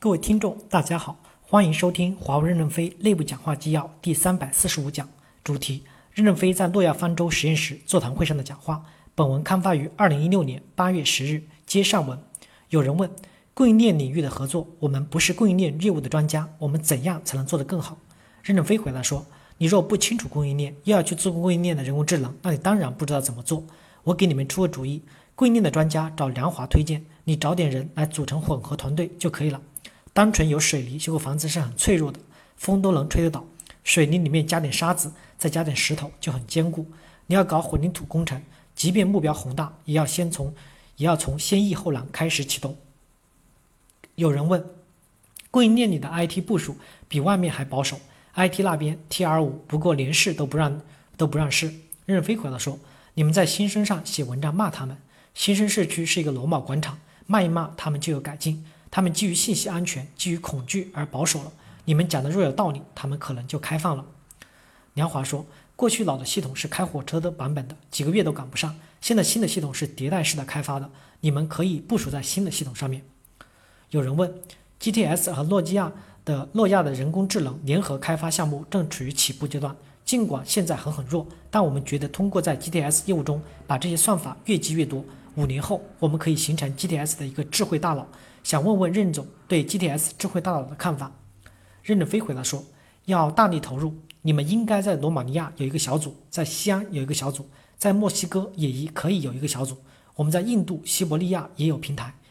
各位听众，大家好，欢迎收听华为任正非内部讲话纪要第345讲，主题：任正非在诺亚方舟实验室座谈会上的讲话。本文刊发于2016年8月10日。接上文，有人问，供应链领域的合作，我们不是供应链业务的专家，我们怎样才能做得更好？任正非回答说，你若不清楚供应链，又要去做供应链的人工智能，那你当然不知道怎么做。我给你们出个主意，供应链的专家找梁华推荐，你找点人来组成混合团队就可以了。单纯有水泥修个房子是很脆弱的，风都能吹得倒，水泥里面加点沙子，再加点石头就很坚固。你要搞混凝土工程，即便目标宏大，也要从先易后难开始启动。有人问，供应链里的 IT 部署比外面还保守， IT 那边 TR5 不过连试都不让试。任正非回答说，你们在新生上写文章骂他们，新生社区是一个罗马广场，骂一骂他们就有改进，他们基于信息安全，基于恐惧而保守了，你们讲的若有道理，他们可能就开放了。梁华说，过去老的系统是开火车的版本的，几个月都赶不上，现在新的系统是迭代式的开发的，你们可以部署在新的系统上面。有人问， GTS 和诺亚的人工智能联合开发项目正处于起步阶段，尽管现在很弱，但我们觉得通过在 GTS 业务中把这些算法越积越多，5年后我们可以形成 GTS 的一个智慧大脑，想问问任总对 GTS 智慧大脑的看法。任正非回答说，要大力投入，你们应该在罗马尼亚有一个小组，在西安有一个小组，在墨西哥也可以有一个小组，我们在印度、西伯利亚也有平台。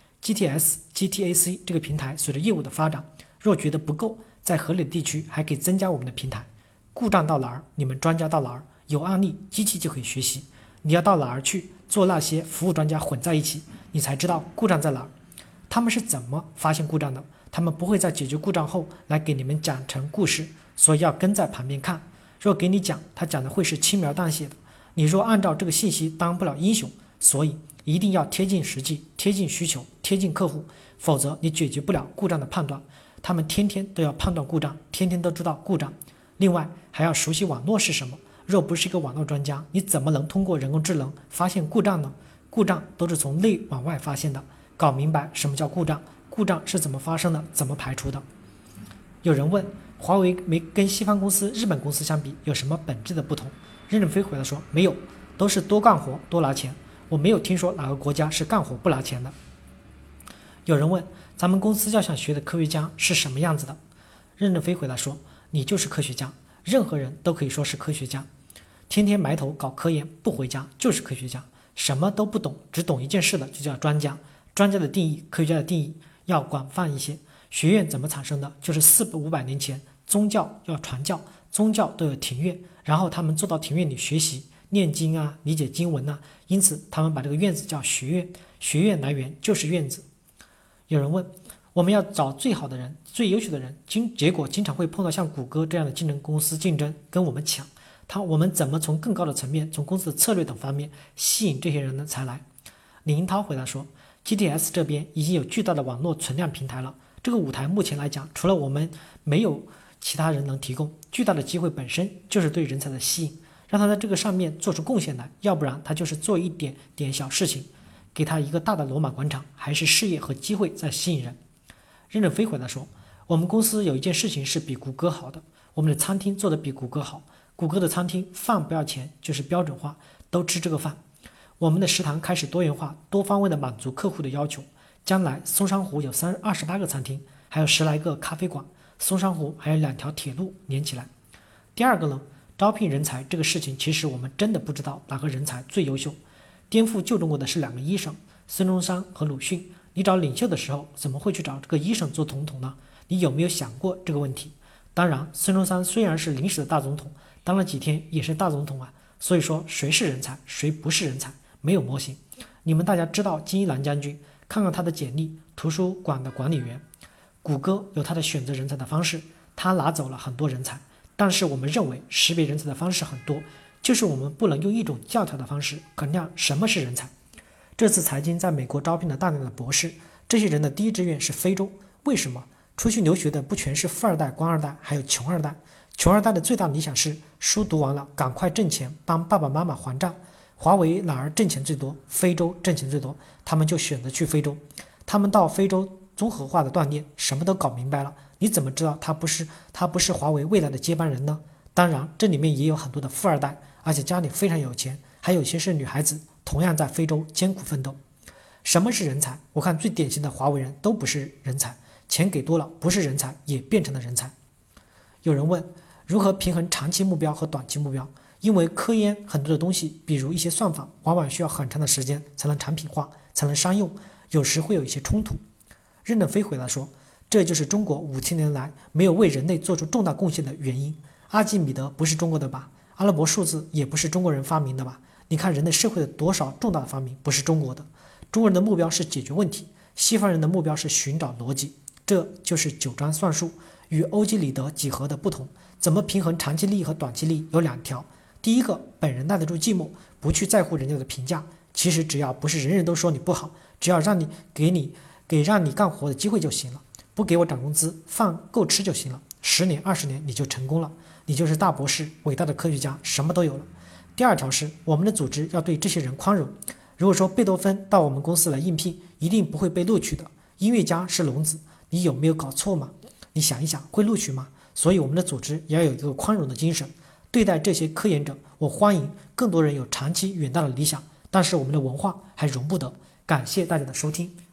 GTAC 这个平台随着业务的发展，若觉得不够，在合理的地区还可以增加我们的平台。故障到哪儿，你们专家到哪儿，有案例机器就可以学习，你要到哪儿去做那些服务专家混在一起，你才知道故障在哪儿。他们是怎么发现故障的？他们不会在解决故障后来给你们讲成故事，所以要跟在旁边看。若给你讲，他讲的会是轻描淡写的，你若按照这个信息当不了英雄，所以一定要贴近实际，贴近需求，贴近客户，否则你解决不了故障的判断。他们天天都要判断故障，天天都知道故障，另外还要熟悉网络是什么。若不是一个网络专家，你怎么能通过人工智能发现故障呢？故障都是从内往外发现的，搞明白什么叫故障，故障是怎么发生的，怎么排除的。有人问，华为跟西方公司、日本公司相比有什么本质的不同？任正非回答说，没有，都是多干活多拿钱，我没有听说哪个国家是干活不拿钱的。有人问，咱们公司要想学的科学家是什么样子的？任正非回答说，你就是科学家，任何人都可以说是科学家，天天埋头搞科研不回家就是科学家，什么都不懂只懂一件事的就叫专家。专家的定义，科学家的定义要广泛一些。学院怎么产生的？就是400-500年前宗教要传教，宗教都有庭院，然后他们坐到庭院里学习念经啊，理解经文啊，因此他们把这个院子叫学院，学院来源就是院子。有人问，我们要找最好的人，最优秀的人，结果经常会碰到像谷歌这样的竞争公司竞争跟我们抢，我们怎么从更高的层面，从公司的策略等方面吸引这些人才来？李英涛回答说， GTS 这边已经有巨大的网络存量平台了，这个舞台目前来讲，除了我们没有其他人能提供，巨大的机会本身就是对人才的吸引，让他在这个上面做出贡献来，要不然他就是做一点点小事情，给他一个大的罗马广场，还是事业和机会在吸引人。任正非回答说，我们公司有一件事情是比谷歌好的，我们的餐厅做得比谷歌好，谷歌的餐厅饭不要钱，就是标准化，都吃这个饭。我们的食堂开始多元化，多方位的满足客户的要求，将来松山湖有28个餐厅，还有10来个咖啡馆，松山湖还有2条铁路连起来。第二个呢，招聘人才这个事情，其实我们真的不知道哪个人才最优秀。颠覆旧中国的是2个医生，孙中山和鲁迅，你找领袖的时候怎么会去找这个医生做总统呢？你有没有想过这个问题？当然，孙中山虽然是临时的大总统，当了几天也是大总统啊，所以说谁是人才，谁不是人才，没有模型。你们大家知道金一南将军，看看他的简历，图书馆的管理员。谷歌有他的选择人才的方式，他拿走了很多人才，但是我们认为识别人才的方式很多，就是我们不能用一种教条的方式衡量什么是人才。这次财经在美国招聘了大量的博士，这些人的第一志愿是非洲，为什么？出去留学的不全是富二代、官二代，还有穷二代。穷二代的最大理想是书读完了赶快挣钱，帮爸爸妈妈还账。华为哪儿挣钱最多？非洲挣钱最多，他们就选择去非洲。他们到非洲综合化的锻炼，什么都搞明白了，你怎么知道他不是华为未来的接班人呢？当然，这里面也有很多的富二代，而且家里非常有钱，还有一些是女孩子，同样在非洲艰苦奋斗。什么是人才？我看最典型的华为人都不是人才，钱给多了，不是人才也变成了人才。有人问，如何平衡长期目标和短期目标？因为科研很多的东西，比如一些算法，往往需要很长的时间才能产品化，才能商用，有时会有一些冲突。任正非回答说，这就是中国5000年来没有为人类做出重大贡献的原因。阿基米德不是中国的吧？阿拉伯数字也不是中国人发明的吧？你看人类社会的多少重大的发明不是中国的？中国人的目标是解决问题，西方人的目标是寻找逻辑，这就是九章算术与欧几里得几何的不同。怎么平衡长期利益和短期利益有2条。第一个，本人耐得住寂寞，不去在乎人家的评价。其实只要不是人人都说你不好，只要让你干活的机会就行了，不给我涨工资，饭够吃就行了。10年20年你就成功了，你就是大博士，伟大的科学家，什么都有了。第2条是，我们的组织要对这些人宽容。如果说贝多芬到我们公司来应聘，一定不会被录取的。音乐家是聋子，你有没有搞错吗？你想一想，会录取吗？所以我们的组织也要有一个宽容的精神。对待这些科研者，我欢迎更多人有长期远大的理想，但是我们的文化还容不得。感谢大家的收听。